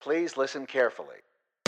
Please listen carefully.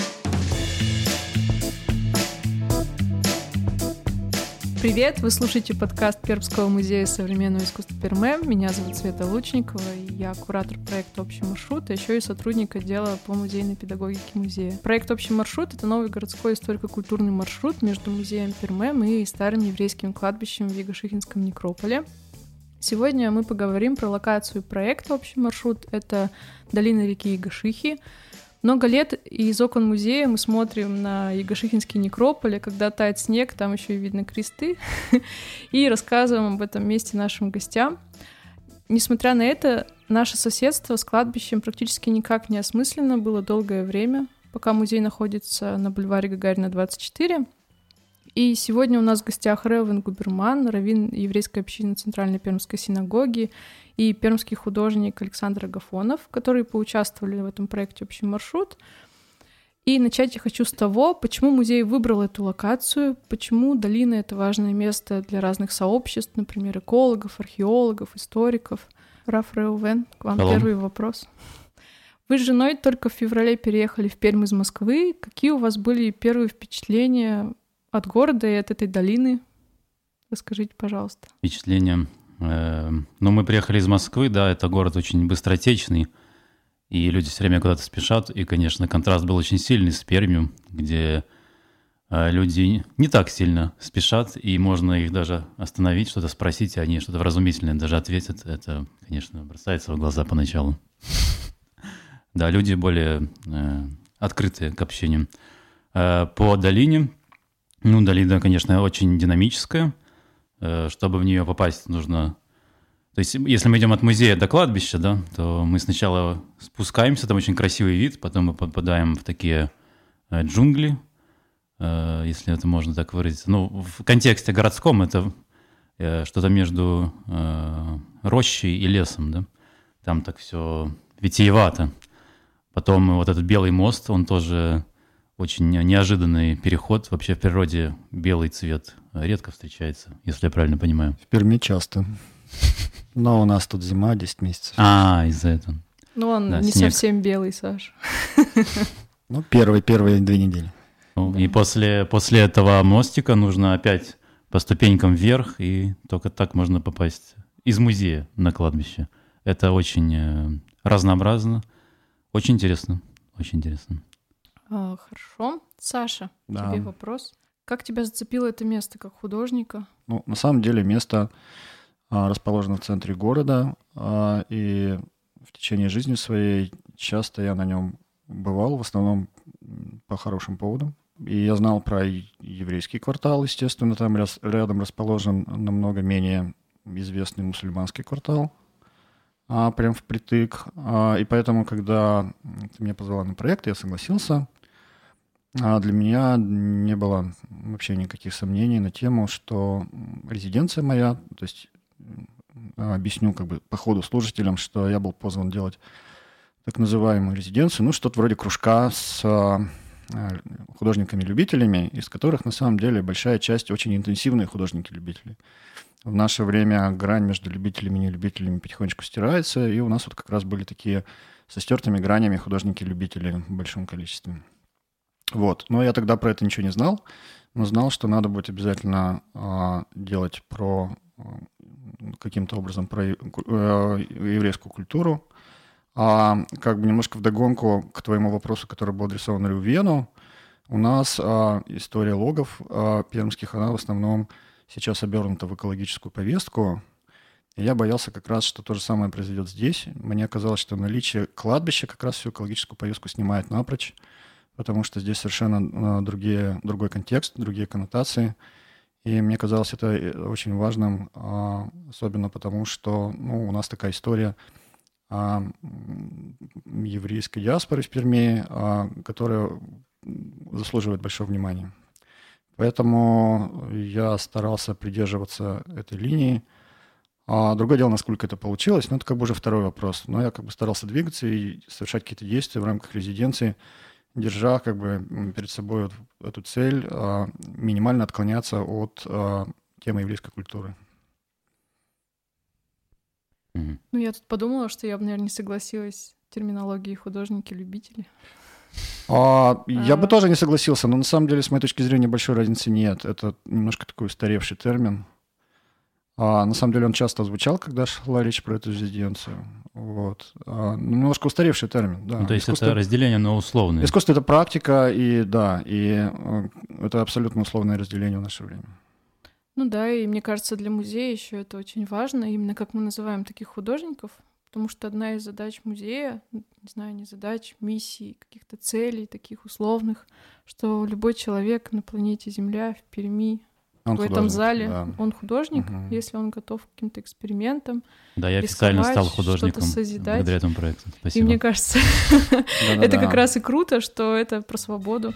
Привет! Вы слушаете подкаст Пермского музея современного искусства Пермем. Меня зовут Света Лучникова, и я куратор проекта «Общий маршрут», а еще и сотрудник отдела по музейной педагогике музея. Проект «Общий маршрут» — это новый городской историко-культурный маршрут между музеем Пермем и старым еврейским кладбищем в Егошихинском некрополе. Сегодня мы поговорим про локацию проекта «Общий маршрут». Это долина реки Егошихи. Много лет из окон музея мы смотрим на Егошихинский некрополь, и когда тает снег, там еще и видно кресты, и рассказываем об этом месте нашим гостям. Несмотря на это, наше соседство с кладбищем практически никак не осмысленно было долгое время, пока музей находится на бульваре Гагарина, 24. И сегодня у нас в гостях Ревен Губерман, раввин еврейской общины Центральной Пермской синагоги, и пермский художник Александр Агафонов, которые поучаствовали в этом проекте «Общий маршрут». И начать я хочу с того, почему музей выбрал эту локацию, почему долина — это важное место для разных сообществ, например, экологов, археологов, историков. Раф Реувен, к вам первый вопрос. Вы с женой только в феврале переехали в Пермь из Москвы. Какие у вас были первые впечатления от города и от этой долины? Расскажите, пожалуйста. Впечатления. Мы приехали из Москвы, да, это город очень быстротечный, и люди все время куда-то спешат, и, конечно, контраст был очень сильный с Пермью, где люди не так сильно спешат, и можно их даже остановить, что-то спросить, и они что-то вразумительное даже ответят. Это, конечно, бросается в глаза поначалу. Да, люди более открытые к общению. По долине, долина, конечно, очень динамическая. Чтобы в нее попасть, нужно... То есть, если мы идем от музея до кладбища, да, то мы сначала спускаемся, там очень красивый вид, потом мы попадаем в такие джунгли, если это можно так выразиться. В контексте городском это что-то между рощей и лесом, да. Там так все витиевато. Потом вот этот белый мост, он тоже... Очень неожиданный переход. Вообще в природе белый цвет редко встречается, если я правильно понимаю. В Перми часто. Но у нас тут зима, 10 месяцев. Из-за этого. Он да, не снег. совсем белый, Саш. Первые 2 недели. И после этого мостика нужно опять по ступенькам вверх, и только так можно попасть из музея на кладбище. Это очень разнообразно. Очень интересно. Очень интересно. Хорошо. Саша, Да. тебе вопрос. Как тебя зацепило это место как художника? На самом деле место расположено в центре города, и в течение жизни своей часто я на нем бывал, в основном по хорошим поводам. И я знал про еврейский квартал, естественно, там рядом расположен намного менее известный мусульманский квартал, прям впритык. И поэтому, когда ты меня позвала на проект, я согласился. Для меня не было вообще никаких сомнений на тему, что резиденция моя, то есть объясню по ходу слушателям, что я был позван делать так называемую резиденцию, что-то вроде кружка с художниками-любителями, из которых на самом деле большая часть очень интенсивные художники-любители. В наше время грань между любителями и нелюбителями потихонечку стирается, и у нас как раз были такие со стертыми гранями художники-любители в большом количестве. Но я тогда про это ничего не знал, но знал, что надо будет обязательно делать каким-то образом про еврейскую культуру. Немножко вдогонку к твоему вопросу, который был адресован Реувену, у нас история логов пермских, она в основном сейчас обернута в экологическую повестку. И я боялся как раз, что то же самое произойдет здесь. Мне казалось, что наличие кладбища как раз всю экологическую повестку снимает напрочь, потому что здесь совершенно другой контекст, другие коннотации. И мне казалось это очень важным, особенно потому, что у нас такая история еврейской диаспоры в Перми, которая заслуживает большого внимания. Поэтому я старался придерживаться этой линии. Другое дело, насколько это получилось, это уже второй вопрос. Но я старался двигаться и совершать какие-то действия в рамках резиденции, держа перед собой эту цель минимально отклоняться от темы еврейской культуры. Я тут подумала, что я бы, наверное, не согласилась терминологией художники-любители? Я бы тоже не согласился, но на самом деле, с моей точки зрения, большой разницы нет. Это немножко такой устаревший термин. На самом деле он часто звучал, когда шла речь про эту резиденцию. Вот. Немножко устаревший термин, да. Ну, то есть это разделение на условное. Искусство — это практика, и это абсолютно условное разделение в наше время. Ну да, и мне кажется, для музея еще это очень важно, именно как мы называем таких художников, потому что одна из задач музея, не знаю, не задач, миссий, каких-то целей таких условных, что любой человек на планете Земля, в Перми, в этом зале, да. Он художник, если он готов к каким-то экспериментам. Да, я официально стал художником благодаря этому проекту. Спасибо. И мне кажется, это как раз и круто, что это про свободу.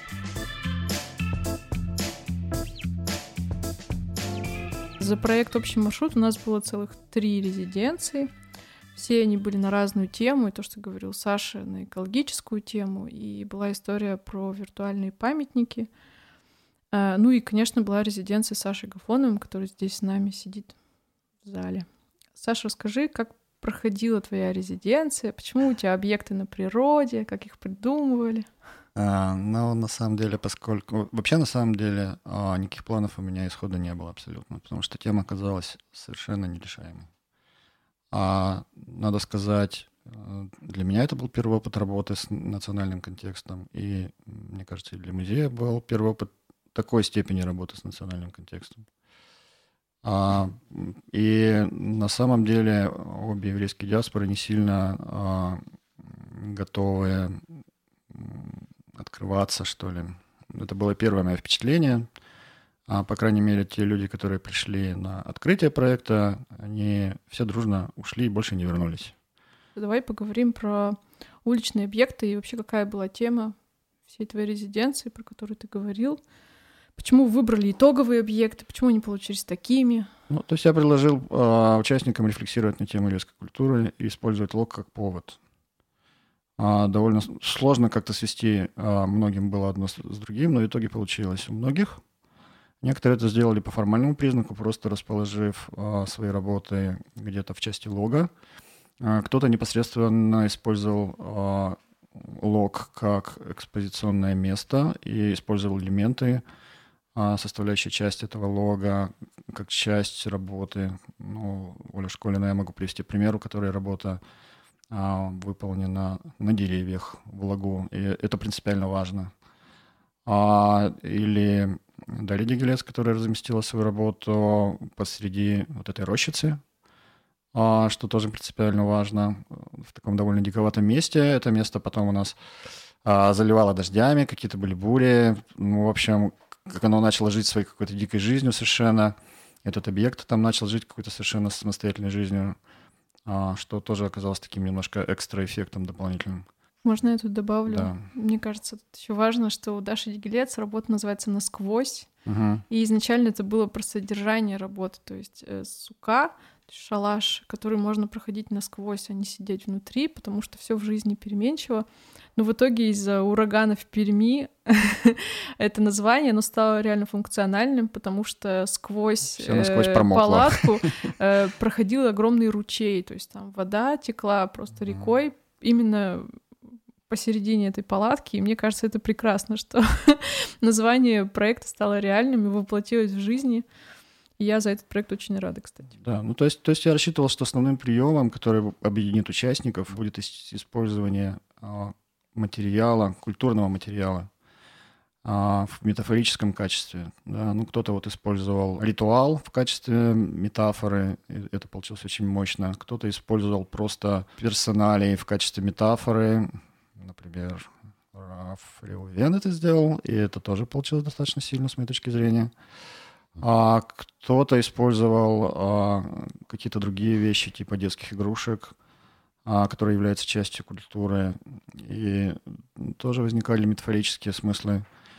За проект «Общий маршрут» у нас было целых 3 резиденции. Все они были на разную тему, и то, что говорил Саша, на экологическую тему, и была история про виртуальные памятники. Ну и, конечно, была резиденция Саши Гафоновым, который здесь с нами сидит в зале. Саша, расскажи, как проходила твоя резиденция, почему у тебя объекты на природе, как их придумывали? Ну, на самом деле, Вообще, на самом деле, никаких планов у меня исхода не было абсолютно, потому что тема оказалась совершенно нерешаемой. Надо сказать, для меня это был первый опыт работы с национальным контекстом, и, мне кажется, и для музея был первый опыт такой степени работы с национальным контекстом. И на самом деле обе еврейские диаспоры не сильно готовы открываться, что ли. Это было первое мое впечатление. По крайней мере, те люди, которые пришли на открытие проекта, они все дружно ушли и больше не вернулись. Давай поговорим про уличные объекты и вообще какая была тема всей твоей резиденции, про которую ты говорил. Почему выбрали итоговые объекты? Почему они получились такими? То есть я предложил участникам рефлексировать на тему еврейской культуры и использовать лог как повод. Довольно сложно как-то свести, многим было одно с другим, но в итоге получилось у многих. Некоторые это сделали по формальному признаку, просто расположив свои работы где-то в части лога. Кто-то непосредственно использовал лог как экспозиционное место и использовал элементы, составляющие часть этого лога, как часть работы. Оля Школина я могу привести пример, у которой работа выполнена на деревьях в лагу, и это принципиально важно. Или Дарья Дегелец, которая разместила свою работу посреди вот этой рощицы, что тоже принципиально важно, в таком довольно диковатом месте. Это место потом у нас заливало дождями, какие-то были бури. В общем, как оно начало жить своей какой-то дикой жизнью совершенно. Этот объект там начал жить какой-то совершенно самостоятельной жизнью, что тоже оказалось таким немножко экстра-эффектом дополнительным. Можно я тут добавлю? Да. Мне кажется, тут еще важно, что у Даши Дегелец работа называется «Насквозь». И изначально это было про содержание работы, то есть сука, шалаш, который можно проходить насквозь, а не сидеть внутри, потому что все в жизни переменчиво. Но в итоге из-за урагана в Перми это название, оно стало реально функциональным, потому что сквозь палатку проходил огромный ручей, то есть там вода текла просто рекой именно посередине этой палатки, и мне кажется, это прекрасно, что название проекта стало реальным и воплотилось в жизни. И я за этот проект очень рада, кстати. Да, то есть я рассчитывал, что основным приемом, который объединит участников, будет использование материала, культурного материала в метафорическом качестве. Да? Кто-то использовал ритуал в качестве метафоры, и это получилось очень мощно. Кто-то использовал просто персоналии в качестве метафоры. Например, Раф Реувен это сделал, и это тоже получилось достаточно сильно, с моей точки зрения. А кто-то использовал какие-то другие вещи, типа детских игрушек, которые являются частью культуры, и тоже возникали метафорические смыслы.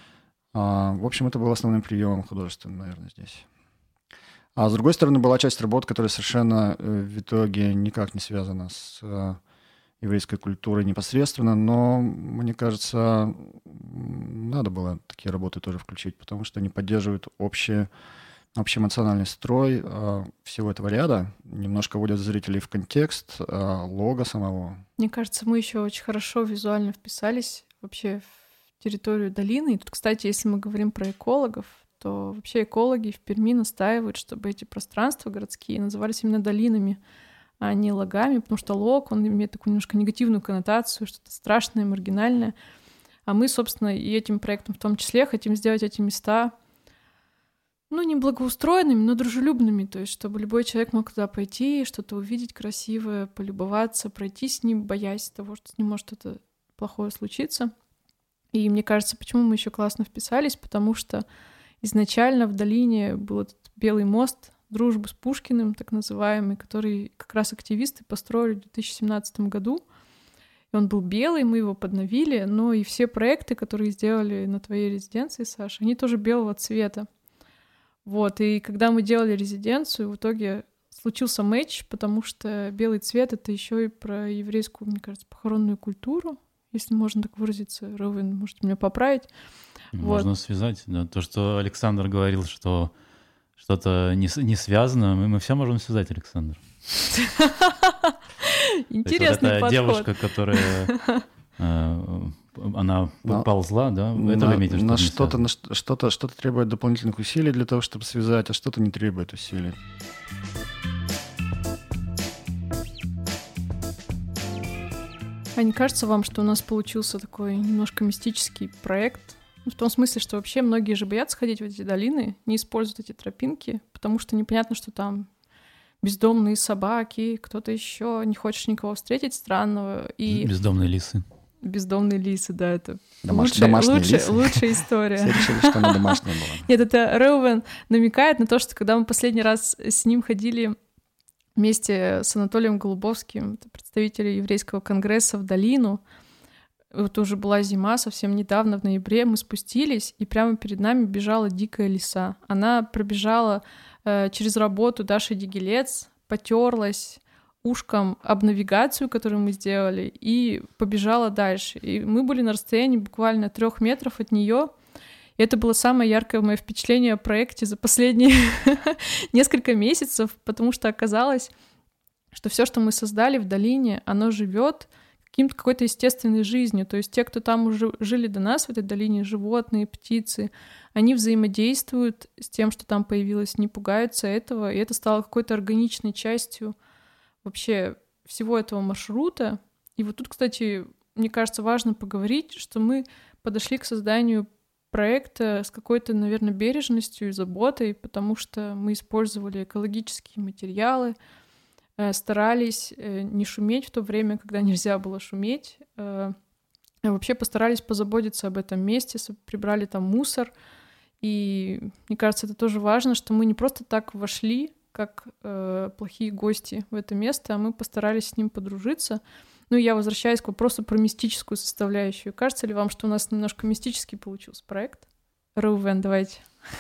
В общем, это был основным приемом художественным, наверное, здесь. А с другой стороны, была часть работ, которая совершенно в итоге никак не связана с еврейской культурой непосредственно, но, мне кажется, надо было такие работы тоже включить, потому что они поддерживают общее общеэмоциональный строй всего этого ряда немножко вводит зрителей в контекст лого самого. Мне кажется, мы еще очень хорошо визуально вписались вообще в территорию долины. И тут, кстати, если мы говорим про экологов, то вообще экологи в Перми настаивают, чтобы эти пространства городские назывались именно долинами, а не логами, потому что лог, он имеет такую немножко негативную коннотацию, что-то страшное, маргинальное. А мы, собственно, и этим проектом в том числе хотим сделать эти места, ну, не благоустроенными, но дружелюбными, то есть чтобы любой человек мог туда пойти, что-то увидеть красивое, полюбоваться, пройти с ним, боясь того, что с ним может что-то плохое случиться. И мне кажется, почему мы еще классно вписались, потому что изначально в долине был этот белый мост дружбы с Пушкиным, так называемый, который как раз активисты построили в 2017 году. И он был белый, мы его подновили, но и все проекты, которые сделали на твоей резиденции, Саша, они тоже белого цвета. Вот, и когда мы делали резиденцию, в итоге случился матч, потому что белый цвет — это еще и про еврейскую, мне кажется, похоронную культуру, если можно так выразиться. Ровен, можете меня поправить. Можно вот связать, да. То, что Александр говорил, что что-то не связано, мы все можем связать, Александр. Интересный подход. Девушка, которая... Она ползла, да? Это вы имеете в виду? Что-то требует дополнительных усилий для того, чтобы связать, а что-то не требует усилий. А не кажется вам, что у нас получился такой немножко мистический проект? В том смысле, что вообще многие же боятся ходить в эти долины, не используют эти тропинки, потому что непонятно, что там бездомные собаки, кто-то еще, не хочешь никого встретить странного. И... Бездомные лисы. Бездомные лисы, да, это лучшая история. Все решили, что она домашняя была. Нет, это Реувен намекает на то, что когда мы последний раз с ним ходили вместе с Анатолием Голубовским, представителем еврейского конгресса, в долину, вот уже была зима, совсем недавно, в ноябре, мы спустились, и прямо перед нами бежала дикая лиса. Она пробежала через работу Даши Дигилец, потерлась ушком об навигацию, которую мы сделали, и побежала дальше. И мы были на расстоянии буквально 3 метров от нее. И это было самое яркое мое впечатление о проекте за последние несколько месяцев, потому что оказалось, что все, что мы создали в долине, оно живет какой-то естественной жизнью. То есть те, кто там уже жили до нас в этой долине, животные, птицы, они взаимодействуют с тем, что там появилось, не пугаются этого, и это стало какой-то органичной частью вообще всего этого маршрута. И вот тут, кстати, мне кажется, важно поговорить, что мы подошли к созданию проекта с какой-то, наверное, бережностью и заботой, потому что мы использовали экологические материалы, старались не шуметь в то время, когда нельзя было шуметь. Вообще постарались позаботиться об этом месте, прибрали там мусор. И мне кажется, это тоже важно, что мы не просто так вошли, как плохие гости в это место, а мы постарались с ним подружиться. Ну и я возвращаюсь к вопросу про мистическую составляющую. Кажется ли вам, что у нас немножко мистический получился проект? Реувен, давайте.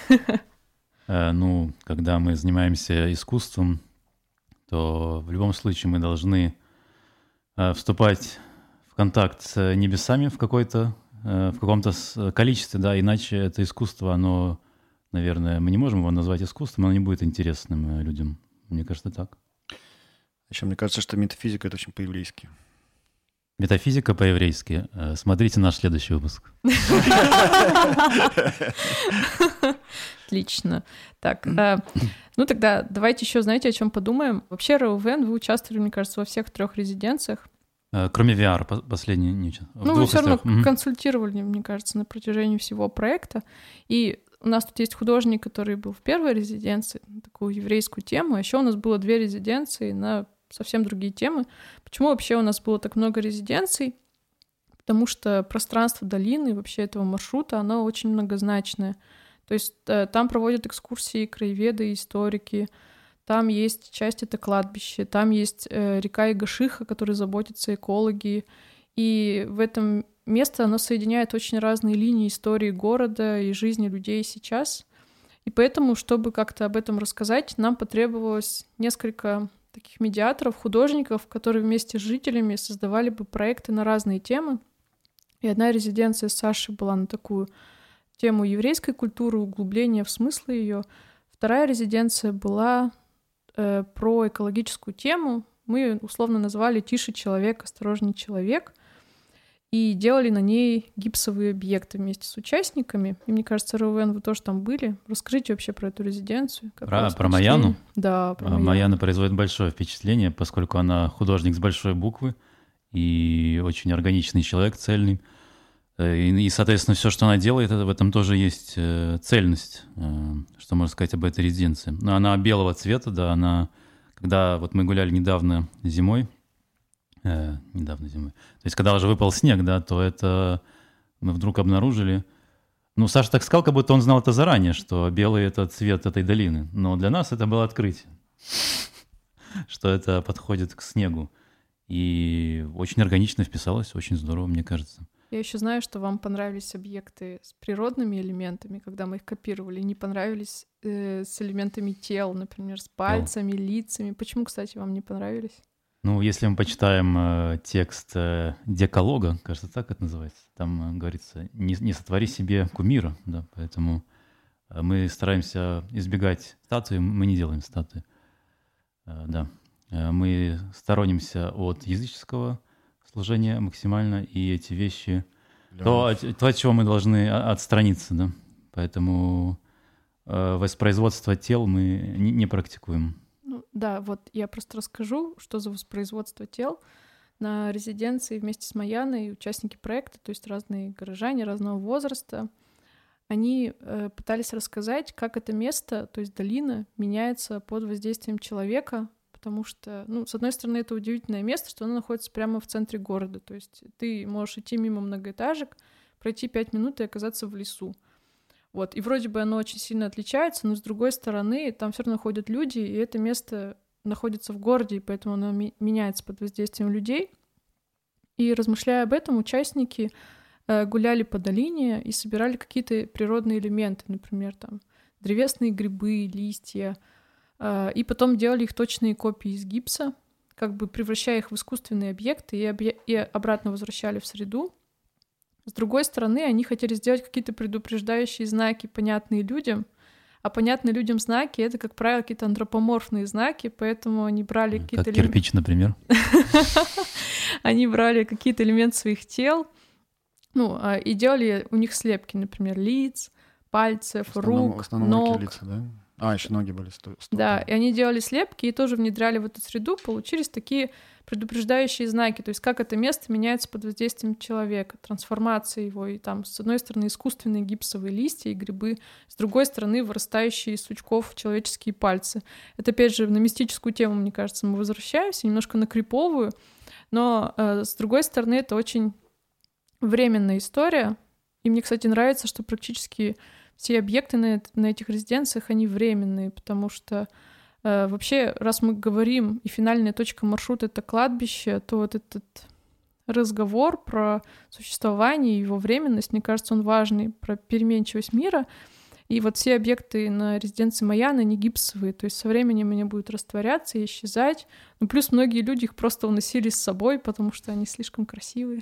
Ну, когда мы занимаемся искусством, то в любом случае мы должны вступать в контакт с небесами в каком-то количестве, да, иначе это искусство, оно, наверное, мы не можем его назвать искусством, оно не будет интересным людям. Мне кажется, так. Еще мне кажется, что метафизика — это очень по-еврейски. Метафизика по-еврейски. Смотрите наш следующий выпуск. Отлично. Так, ну тогда давайте еще, знаете, о чем подумаем. Вообще, Реувен, вы участвовали, мне кажется, во всех 3 резиденциях. Кроме VR, последний ничего. Ну, вы все равно консультировали, мне кажется, на протяжении всего проекта. И у нас тут есть художник, который был в первой резиденции, на такую еврейскую тему. А еще у нас было 2 резиденции на совсем другие темы. Почему вообще у нас было так много резиденций? Потому что пространство долины, вообще этого маршрута, оно очень многозначное. То есть там проводят экскурсии краеведы и историки, там есть часть — это кладбище, там есть река Игашиха, о которой заботятся экологи. И в этом место, оно соединяет очень разные линии истории города и жизни людей сейчас. И поэтому, чтобы как-то об этом рассказать, нам потребовалось несколько таких медиаторов, художников, которые вместе с жителями создавали бы проекты на разные темы. И одна резиденция Саши была на такую тему еврейской культуры, углубления в смыслы ее. вторая резиденция была про экологическую тему. Мы условно назвали «Тише человек, осторожней человек». И делали на ней гипсовые объекты вместе с участниками. И мне кажется, РУН, вы тоже там были. Расскажите вообще про эту резиденцию. Про Маяну? Да, про Маяну. Маяна производит большое впечатление, поскольку она художник с большой буквы и очень органичный человек, цельный. И соответственно, все, что она делает, в этом тоже есть цельность, что можно сказать об этой резиденции. Но она белого цвета, да, она... Когда вот мы гуляли недавно зимой, то есть, когда уже выпал снег, да, то это мы вдруг обнаружили... Ну, Саша так сказал, как будто он знал это заранее, что белый — это цвет этой долины. Но для нас это было открытие, что это подходит к снегу. И очень органично вписалось, очень здорово, мне кажется. Я еще знаю, что вам понравились объекты с природными элементами, когда мы их копировали, не понравились с элементами тел, например, с пальцами, лицами. Почему, кстати, вам не понравились? Ну, если мы почитаем текст Декалога, кажется, так это называется, там говорится, не сотвори себе кумира, да, поэтому мы стараемся избегать статуи, мы не делаем статуи, да. Мы сторонимся от языческого служения максимально, и эти вещи, то, от чего мы должны отстраниться, да, поэтому воспроизводство тел мы не практикуем. Да, вот я просто расскажу, что за воспроизводство тел. На резиденции вместе с Маяной участники проекта, то есть разные горожане разного возраста, они пытались рассказать, как это место, то есть долина, меняется под воздействием человека, потому что, ну, с одной стороны, это удивительное место, что оно находится прямо в центре города, то есть ты можешь идти мимо многоэтажек, пройти 5 минут и оказаться в лесу. Вот. И вроде бы оно очень сильно отличается, но с другой стороны, там все равно ходят люди, и это место находится в городе, и поэтому оно меняется под воздействием людей. И размышляя об этом, участники гуляли по долине и собирали какие-то природные элементы, например, там древесные грибы, листья, и потом делали их точные копии из гипса, как бы превращая их в искусственные объекты и обратно возвращали в среду. С другой стороны, они хотели сделать какие-то предупреждающие знаки, понятные людям, а понятные людям знаки — это, как правило, какие-то антропоморфные знаки, поэтому они брали какие-то... Как кирпич, например. Они брали какие-то элементы своих тел, ну, и делали у них слепки, например, лиц, пальцев, рук, в основном ног. руки, лица, да? Еще ноги были. Да, и они делали слепки и тоже внедряли в эту среду, получились такие предупреждающие знаки, то есть как это место меняется под воздействием человека, трансформация его, и там, с одной стороны, искусственные гипсовые листья и грибы, с другой стороны, вырастающие из сучков человеческие пальцы. Это, опять же, на мистическую тему, мне кажется, мы возвращаемся, немножко на криповую, но, с другой стороны, это очень временная история, и мне, кстати, нравится, что практически все объекты на этих резиденциях, они временные, потому что вообще, раз мы говорим, и финальная точка маршрута — это кладбище, то вот этот разговор про существование и его временность, мне кажется, он важный, про переменчивость мира. И вот все объекты на резиденции Маяны, они гипсовые, то есть со временем они будут растворяться и исчезать. Ну, плюс многие люди их просто уносили с собой, потому что они слишком красивые.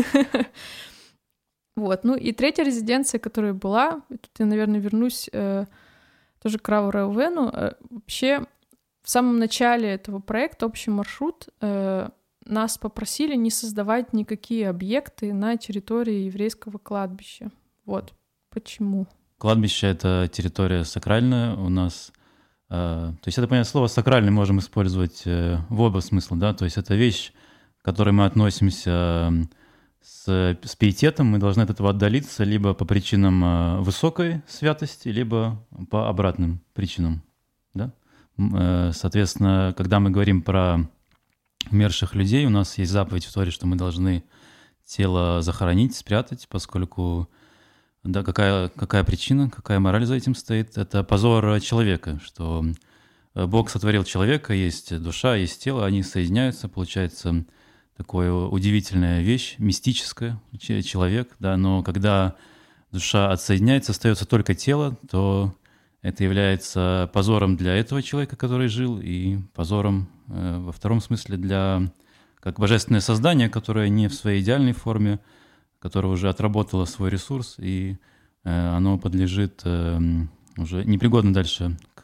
Вот, ну и третья резиденция, которая была, и тут я, наверное, вернусь тоже к Раву Реувену. Вообще, в самом начале этого проекта «Общий маршрут» нас попросили не создавать никакие объекты на территории еврейского кладбища. Вот почему. Кладбище — это территория сакральная у нас. То есть это, понятное, слово «сакральный» можем использовать в оба смысла, да, то есть это вещь, к которой мы относимся с пиететом, мы должны от этого отдалиться либо по причинам высокой святости, либо по обратным причинам. Да? Соответственно, когда мы говорим про умерших людей, у нас есть заповедь в Торе, что мы должны тело захоронить, спрятать, поскольку да, какая причина, какая мораль за этим стоит? Это позор человека, что Бог сотворил человека, есть душа, есть тело, они соединяются, получается такая удивительная вещь, мистическая, человек, да, но когда душа отсоединяется, остается только тело, то это является позором для этого человека, который жил, и позором во втором смысле для как божественное создание, которое не в своей идеальной форме, которое уже отработало свой ресурс, и оно подлежит уже непригодно дальше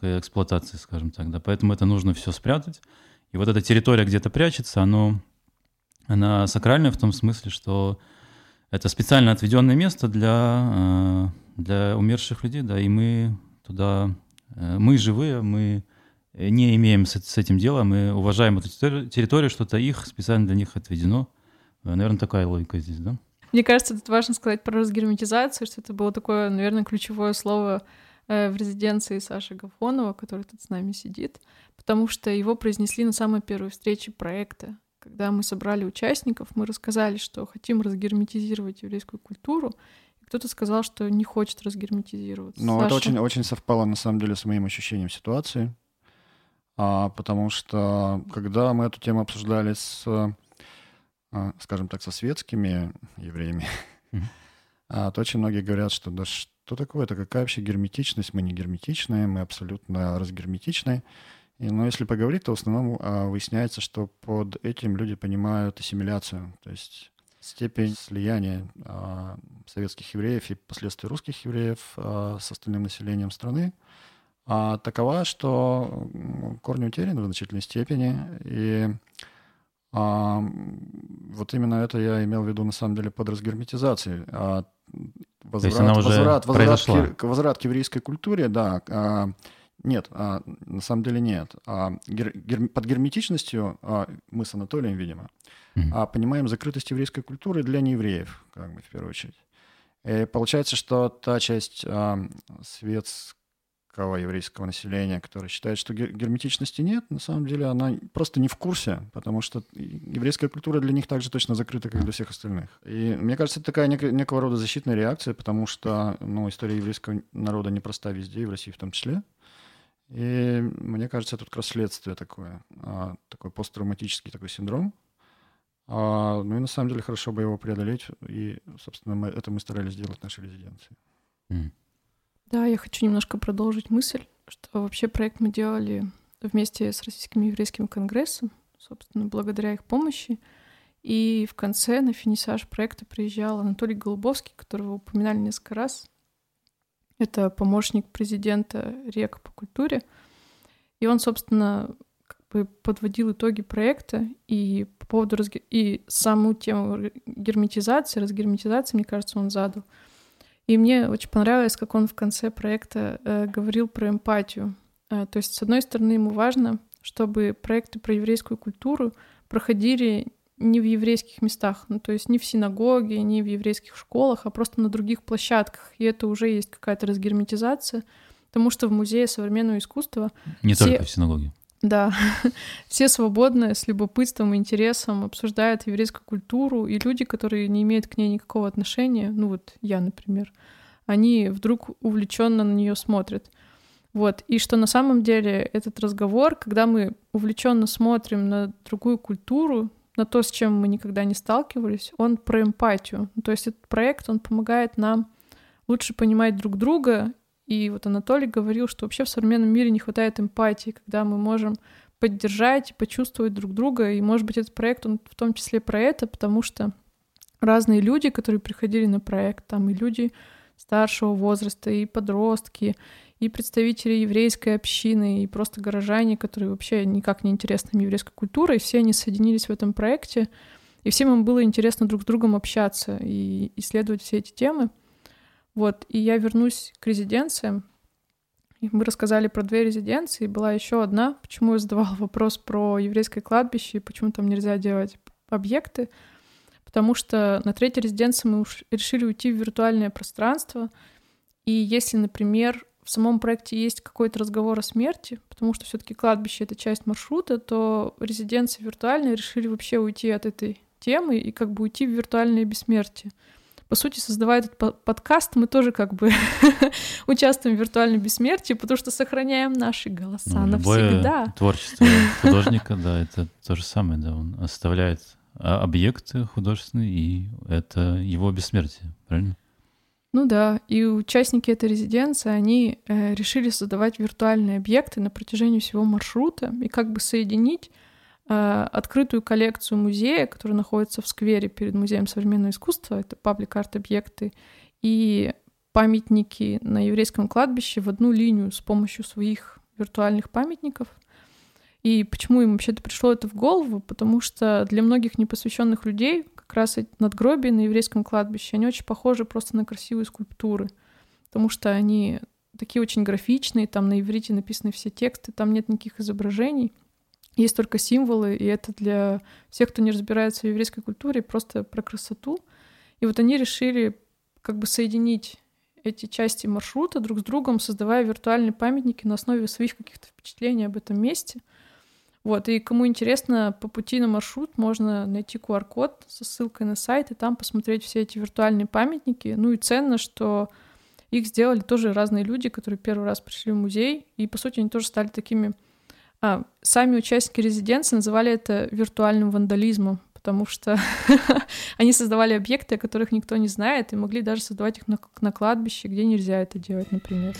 эксплуатации, скажем так, да. Поэтому это нужно все спрятать. И вот эта территория где-то прячется, она сакральная в том смысле, что это специально отведенное место для умерших людей, да, и мы туда, мы живые, мы не имеем с этим дела, мы уважаем эту территорию, что-то их специально для них отведено. Наверное, такая логика здесь, да? Мне кажется, тут важно сказать про разгерметизацию, что это было такое, наверное, ключевое слово в резиденции Саши Гафонова, который тут с нами сидит, потому что его произнесли на самой первой встрече проекта. Когда мы собрали участников, мы рассказали, что хотим разгерметизировать еврейскую культуру, и кто-то сказал, что не хочет разгерметизироваться. Но Саша? это очень, очень совпало, на самом деле, с моим ощущением ситуации, потому что, когда мы эту тему обсуждали скажем так, со светскими евреями, то очень многие говорят, что да что такое, это какая вообще герметичность, мы не герметичные, мы абсолютно разгерметичные. Но если поговорить, то в основном выясняется, что под этим люди понимают ассимиляцию, то есть степень слияния советских евреев и впоследствии русских евреев с остальным населением страны такова, что корни утеряны в значительной степени, и вот именно это я имел в виду, на самом деле, под разгерметизацией. Возврат к еврейской культуре, да. Нет, на самом деле нет. Под герметичностью мы с Анатолием, видимо, понимаем закрытость еврейской культуры для неевреев, как бы, в первую очередь. И получается, что та часть светского еврейского населения, которая считает, что герметичности нет, на самом деле она просто не в курсе, потому что еврейская культура для них так же точно закрыта, как для всех остальных. И мне кажется, это такая некого рода защитная реакция, потому что история еврейского народа непроста везде, и в России в том числе. И мне кажется, это как раз следствие такой посттравматический такой синдром. И на самом деле хорошо бы его преодолеть, и, собственно, это мы старались делать в нашей резиденции. Да, я хочу немножко продолжить мысль, что вообще проект мы делали вместе с Российским еврейским конгрессом, собственно, благодаря их помощи. И в конце на финишаж проекта приезжал Анатолий Голубовский, которого упоминали несколько раз. Это помощник президента РЕК по культуре. И он, собственно, подводил итоги проекта и по поводу и саму тему герметизации, разгерметизации, мне кажется, он задал. И мне очень понравилось, как он в конце проекта говорил про эмпатию. То есть, с одной стороны, ему важно, чтобы проекты про еврейскую культуру проходили не в еврейских местах, то есть не в синагоге, не в еврейских школах, а просто на других площадках. И это уже есть какая-то разгерметизация, потому что в Музее современного искусства... Не только в синагоге. Да, все свободно, с любопытством и интересом обсуждают еврейскую культуру, и люди, которые не имеют к ней никакого отношения, я, например, они вдруг увлеченно на нее смотрят. И что на самом деле этот разговор, когда мы увлеченно смотрим на другую культуру, на то, с чем мы никогда не сталкивались, он про эмпатию. То есть этот проект, он помогает нам лучше понимать друг друга. И Анатолий говорил, что вообще в современном мире не хватает эмпатии, когда мы можем поддержать и почувствовать друг друга. И, может быть, этот проект, он в том числе про это, потому что разные люди, которые приходили на проект, там и люди старшего возраста, и подростки, и представители еврейской общины, и просто горожане, которые вообще никак не интересны еврейской культурой, все они соединились в этом проекте, и всем им было интересно друг с другом общаться и исследовать все эти темы. И я вернусь к резиденциям. И мы рассказали про 2 резиденции, была еще одна. Почему я задавала вопрос про еврейское кладбище и почему там нельзя делать объекты? Потому что на 3-й резиденции мы решили уйти в виртуальное пространство. И если, например, в самом проекте есть какой-то разговор о смерти, потому что все-таки кладбище — это часть маршрута, то резиденции виртуальные решили вообще уйти от этой темы и уйти в виртуальное бессмертие. По сути, создавая этот подкаст, мы тоже участвуем в виртуальном бессмертии, потому что сохраняем наши голоса навсегда. Творчество художника, да, это то же самое, да, он оставляет объекты художественные, и это его бессмертие, правильно? Да, и участники этой резиденции, они решили создавать виртуальные объекты на протяжении всего маршрута и соединить открытую коллекцию музея, которая находится в сквере перед Музеем современного искусства, это паблик-арт-объекты, и памятники на еврейском кладбище в одну линию с помощью своих виртуальных памятников. И почему им вообще-то пришло это в голову? Потому что для многих непосвященных людей как раз эти надгробия на еврейском кладбище, они очень похожи просто на красивые скульптуры, потому что они такие очень графичные, там на иврите написаны все тексты, там нет никаких изображений, есть только символы, и это для всех, кто не разбирается в еврейской культуре, просто про красоту. И вот они решили как бы соединить эти части маршрута друг с другом, создавая виртуальные памятники на основе своих каких-то впечатлений об этом месте. Вот, и кому интересно, по пути на маршрут можно найти QR-код со ссылкой на сайт и там посмотреть все эти виртуальные памятники. Ну и ценно, что их сделали тоже разные люди, которые первый раз пришли в музей, и, по сути, они тоже стали такими... Сами участники резиденции называли это виртуальным вандализмом, потому что они создавали объекты, о которых никто не знает, и могли даже создавать их на кладбище, где нельзя это делать, например.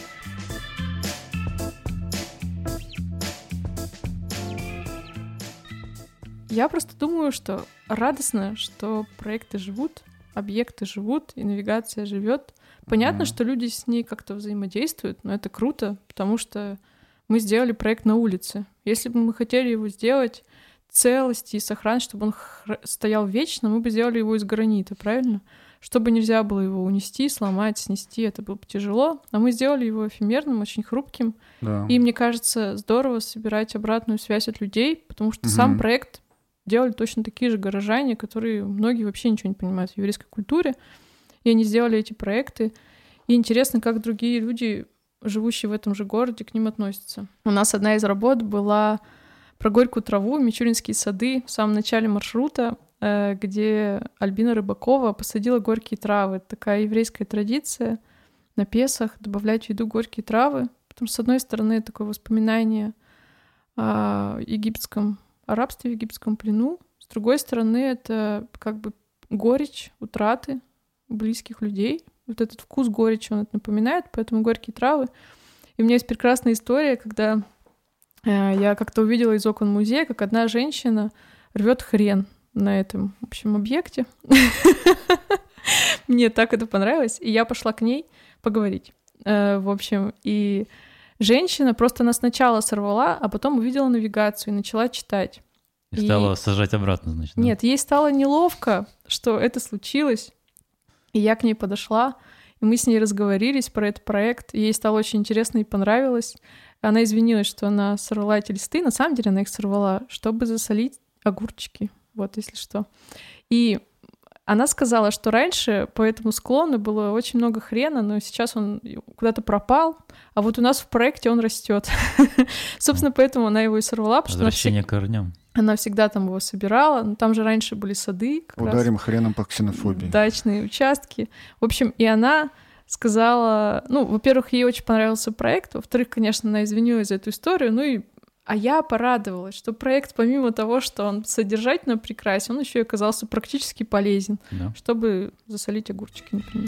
Я просто думаю, что радостно, что проекты живут, объекты живут, и навигация живет. Понятно, что люди с ней как-то взаимодействуют, но это круто, потому что мы сделали проект на улице. Если бы мы хотели его сделать в целости и сохранить, чтобы он стоял вечно, мы бы сделали его из гранита, правильно? Чтобы нельзя было его унести, сломать, снести, это было бы тяжело. А мы сделали его эфемерным, очень хрупким. Да. И мне кажется, здорово собирать обратную связь от людей, потому что сам проект делали точно такие же горожане, которые многие вообще ничего не понимают в еврейской культуре. И они сделали эти проекты. И интересно, как другие люди, живущие в этом же городе, к ним относятся. У нас одна из работ была про горькую траву, Мичуринские сады в самом начале маршрута, где Альбина Рыбакова посадила горькие травы. Это такая еврейская традиция на Песах добавлять в еду горькие травы. Потому что, с одной стороны, такое воспоминание о рабстве в египетском плену. С другой стороны, это как бы горечь утраты близких людей. Вот этот вкус горечи, он это напоминает, поэтому горькие травы. И у меня есть прекрасная история, когда я как-то увидела из окон музея, как одна женщина рвет хрен на этом, в общем, объекте. Мне так это понравилось, и я пошла к ней поговорить. В общем, и женщина просто она сначала сорвала, а потом увидела навигацию и начала читать. И стала сажать обратно, значит? Да? Нет, ей стало неловко, что это случилось. И я к ней подошла, и мы с ней разговорились про этот проект. И ей стало очень интересно и понравилось. Она извинилась, что она сорвала эти листы. На самом деле она их сорвала, чтобы засолить огурчики. Вот, если что. И она сказала, что раньше по этому склону было очень много хрена, но сейчас он куда-то пропал, а вот у нас в проекте он растет. Собственно, поэтому она его и сорвала. Возвращение к корням. Она всегда там его собирала. Но там же раньше были сады. Ударим хреном по ксенофобии. Дачные участки. В общем, и она сказала... Ну, во-первых, ей очень понравился проект. Во-вторых, конечно, она извинилась за эту историю. А я порадовалась, что проект, помимо того, что он содержательно прекрасен, он еще и оказался практически полезен, да, чтобы засолить огурчики, например.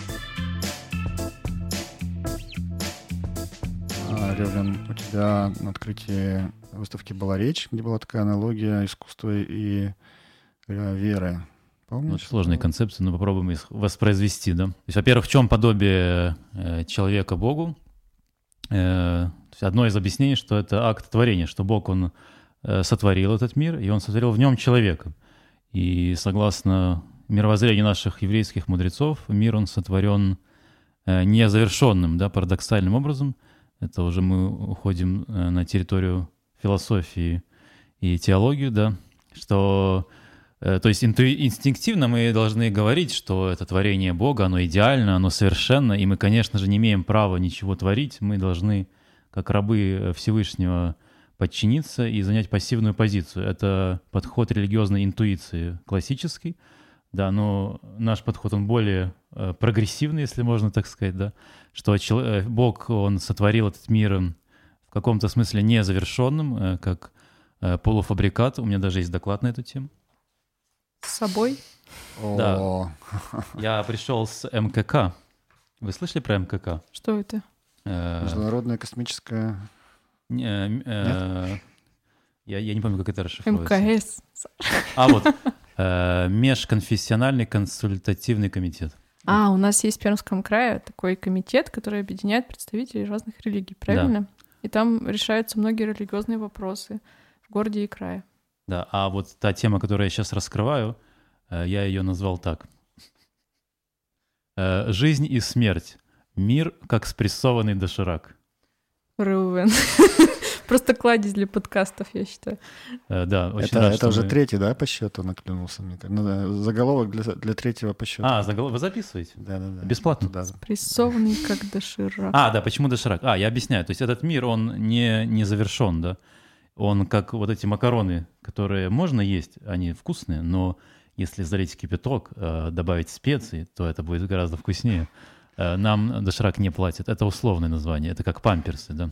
Ревлин, у тебя на открытии выставки была речь, где была такая аналогия искусства и веры. Помнишь? Очень сложные концепции, но попробуем их воспроизвести, да? То есть, во-первых, в чем подобие человека Богу? Одно из объяснений, что это акт творения, что Бог, Он сотворил этот мир, и Он сотворил в нем человека. И согласно мировоззрению наших еврейских мудрецов, мир, он сотворен незавершенным, да, парадоксальным образом. Это уже мы уходим на территорию философии и теологию, да, что... То есть инстинктивно мы должны говорить, что это творение Бога, оно идеально, оно совершенно, и мы, конечно же, не имеем права ничего творить, мы должны, как рабы Всевышнего, подчиниться и занять пассивную позицию. Это подход религиозной интуиции классический, да, но наш подход, он более прогрессивный, если можно так сказать, да, что Бог, Он сотворил этот мир в каком-то смысле незавершенным, как полуфабрикат. У меня даже есть доклад на эту тему. С собой? Да. Я пришел с МКК. Вы слышали про МКК? Что это? Международная космическая... Я не помню, как это расшифровывается. МКС. Вот. Межконфессиональный консультативный комитет. У нас есть в Пермском крае такой комитет, который объединяет представителей разных религий, правильно? и там решаются многие религиозные вопросы в городе и крае. Да, а вот та тема, которую я сейчас раскрываю, я ее назвал так. «Жизнь и смерть. Мир, как спрессованный доширак». Реувен. Просто кладезь для подкастов, я считаю. Да, очень рад, это уже третий, да, по счету наклюнулся? Заголовок для третьего по счету. Заголовок вы записываете? Да. Бесплатно? Да. Спрессованный, как доширак. Да, почему доширак? Я объясняю. То есть этот мир, он не завершен, да? Он как вот эти макароны, которые можно есть, они вкусные, но если залить кипяток, добавить специи, то это будет гораздо вкуснее. Нам доширак не платит. Это условное название. Это как памперсы, да?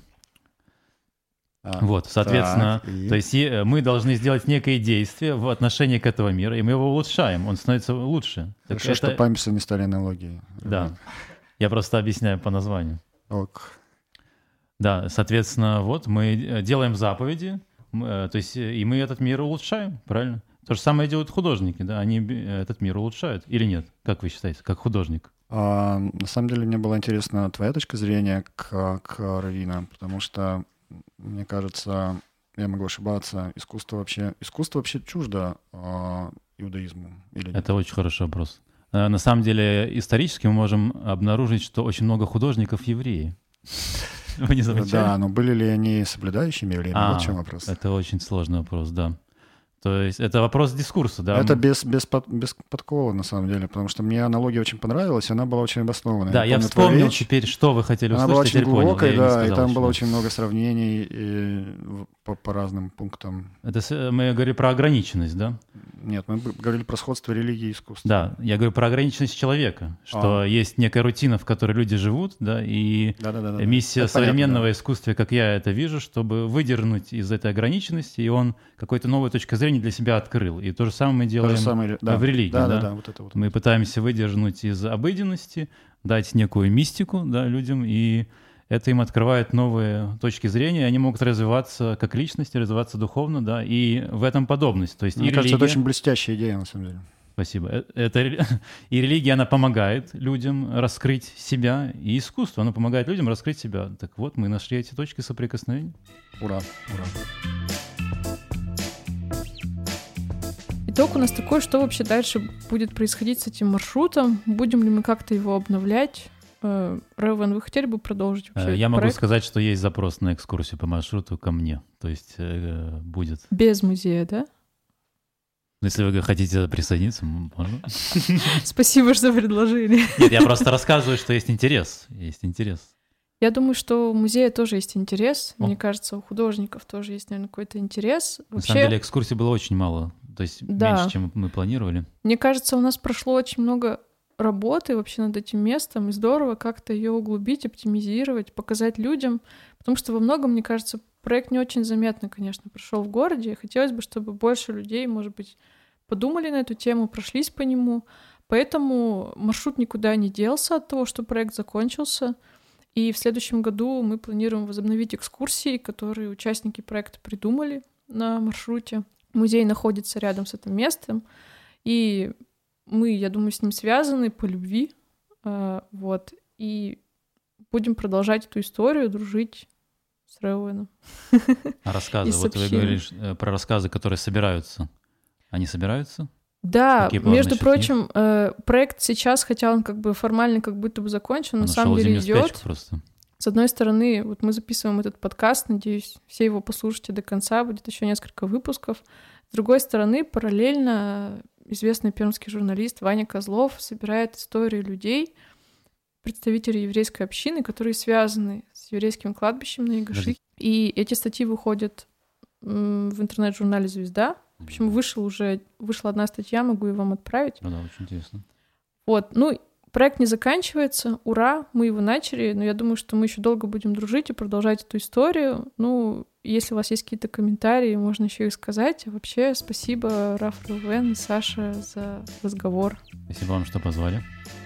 Вот, соответственно, то есть мы должны сделать некое действие в отношении к этому миру, и мы его улучшаем, он становится лучше. Хорошо, что памперсы не стали аналогией. Да, я просто объясняю по названию. Ок. Да, соответственно, вот мы делаем заповеди, то есть и мы этот мир улучшаем, правильно? То же самое делают художники, да, они этот мир улучшают или нет? Как вы считаете, как художник? На самом деле мне была интересна твоя точка зрения как раввина, потому что мне кажется, я могу ошибаться, искусство вообще чуждо иудаизму или нет? Это очень хороший вопрос. На самом деле, исторически мы можем обнаружить, что очень много художников евреи. Вы не замечали? Да, но были ли они соблюдающими евреями? Вот в чем вопрос. Это очень сложный вопрос, да. То есть это вопрос дискурса, да? Это без подкола, на самом деле, потому что мне аналогия очень понравилась, она была очень обоснованная. Да, я вспомнил теперь, что вы хотели услышать. Она была очень глубокой, да, и там еще. было очень много сравнений по разным пунктам. Это мы говорили про ограниченность, да? Нет, мы говорили про сходство религии и искусства. Да, я говорю про ограниченность человека, что есть некая рутина, в которой люди живут, да, и миссия это современного понятно, искусства, как я это вижу, чтобы выдернуть из этой ограниченности, и он какой-то новой точкой зрения для себя открыл. И то же самое мы делаем в религии. Да. Вот это вот. Мы пытаемся выдернуть из обыденности, дать некую мистику, да, людям, и это им открывает новые точки зрения, они могут развиваться как личности, развиваться духовно, да, и в этом подобность. То есть мне кажется, это очень блестящая идея, на самом деле. Спасибо. И религия, она помогает людям раскрыть себя, и искусство, оно помогает людям раскрыть себя. Так вот, мы нашли эти точки соприкосновения. Ура, ура. Итог у нас такой, что вообще дальше будет происходить с этим маршрутом, будем ли мы как-то его обновлять. Реувен, вы хотели бы продолжить вообще Я могу проект? сказать, что есть запрос на экскурсию по маршруту ко мне. То есть будет... Без музея, да? Если вы хотите присоединиться, можно. Спасибо, что предложили. Нет, я просто рассказываю, что есть интерес. Есть интерес. Я думаю, что у музея тоже есть интерес. Мне кажется, у художников тоже есть, наверное, какой-то интерес. На самом деле экскурсий было очень мало. То есть меньше, чем мы планировали. Мне кажется, у нас прошло очень много работы вообще над этим местом, и здорово как-то ее углубить, оптимизировать, показать людям, потому что во многом, мне кажется, проект не очень заметно, конечно, прошел в городе, и хотелось бы, чтобы больше людей, может быть, подумали на эту тему, прошлись по нему, поэтому маршрут никуда не делся от того, что проект закончился, и в следующем году мы планируем возобновить экскурсии, которые участники проекта придумали на маршруте. Музей находится рядом с этим местом, и мы, я думаю, с ним связаны по любви, вот, и будем продолжать эту историю, дружить с Реувеном. А рассказы, вот вы говорили про рассказы, которые собираются. Они собираются? Да, между прочим, проект сейчас, хотя он как бы формально как будто бы закончен, на самом деле идет. С одной стороны, вот мы записываем этот подкаст, надеюсь, все его послушайте до конца, будет еще несколько выпусков. С другой стороны, параллельно известный пермский журналист Ваня Козлов собирает истории людей, представителей еврейской общины, которые связаны с еврейским кладбищем на Ягоши. И эти статьи выходят в интернет-журнале «Звезда». В общем, вышла одна статья, могу ее вам отправить. Да, очень интересно. Вот, проект не заканчивается, ура, мы его начали, но я думаю, что мы еще долго будем дружить и продолжать эту историю. Если у вас есть какие-то комментарии, можно еще их сказать. А вообще, спасибо, Раф Реувен и Саша, за разговор. Спасибо вам, что позвали.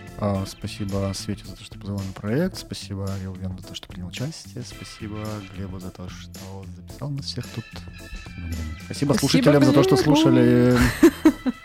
Спасибо Свете за то, что позвала на проект. Спасибо Реувену за то, что принял участие. Спасибо Глебу за то, что записал нас всех тут. Спасибо слушателям за то, что слушали.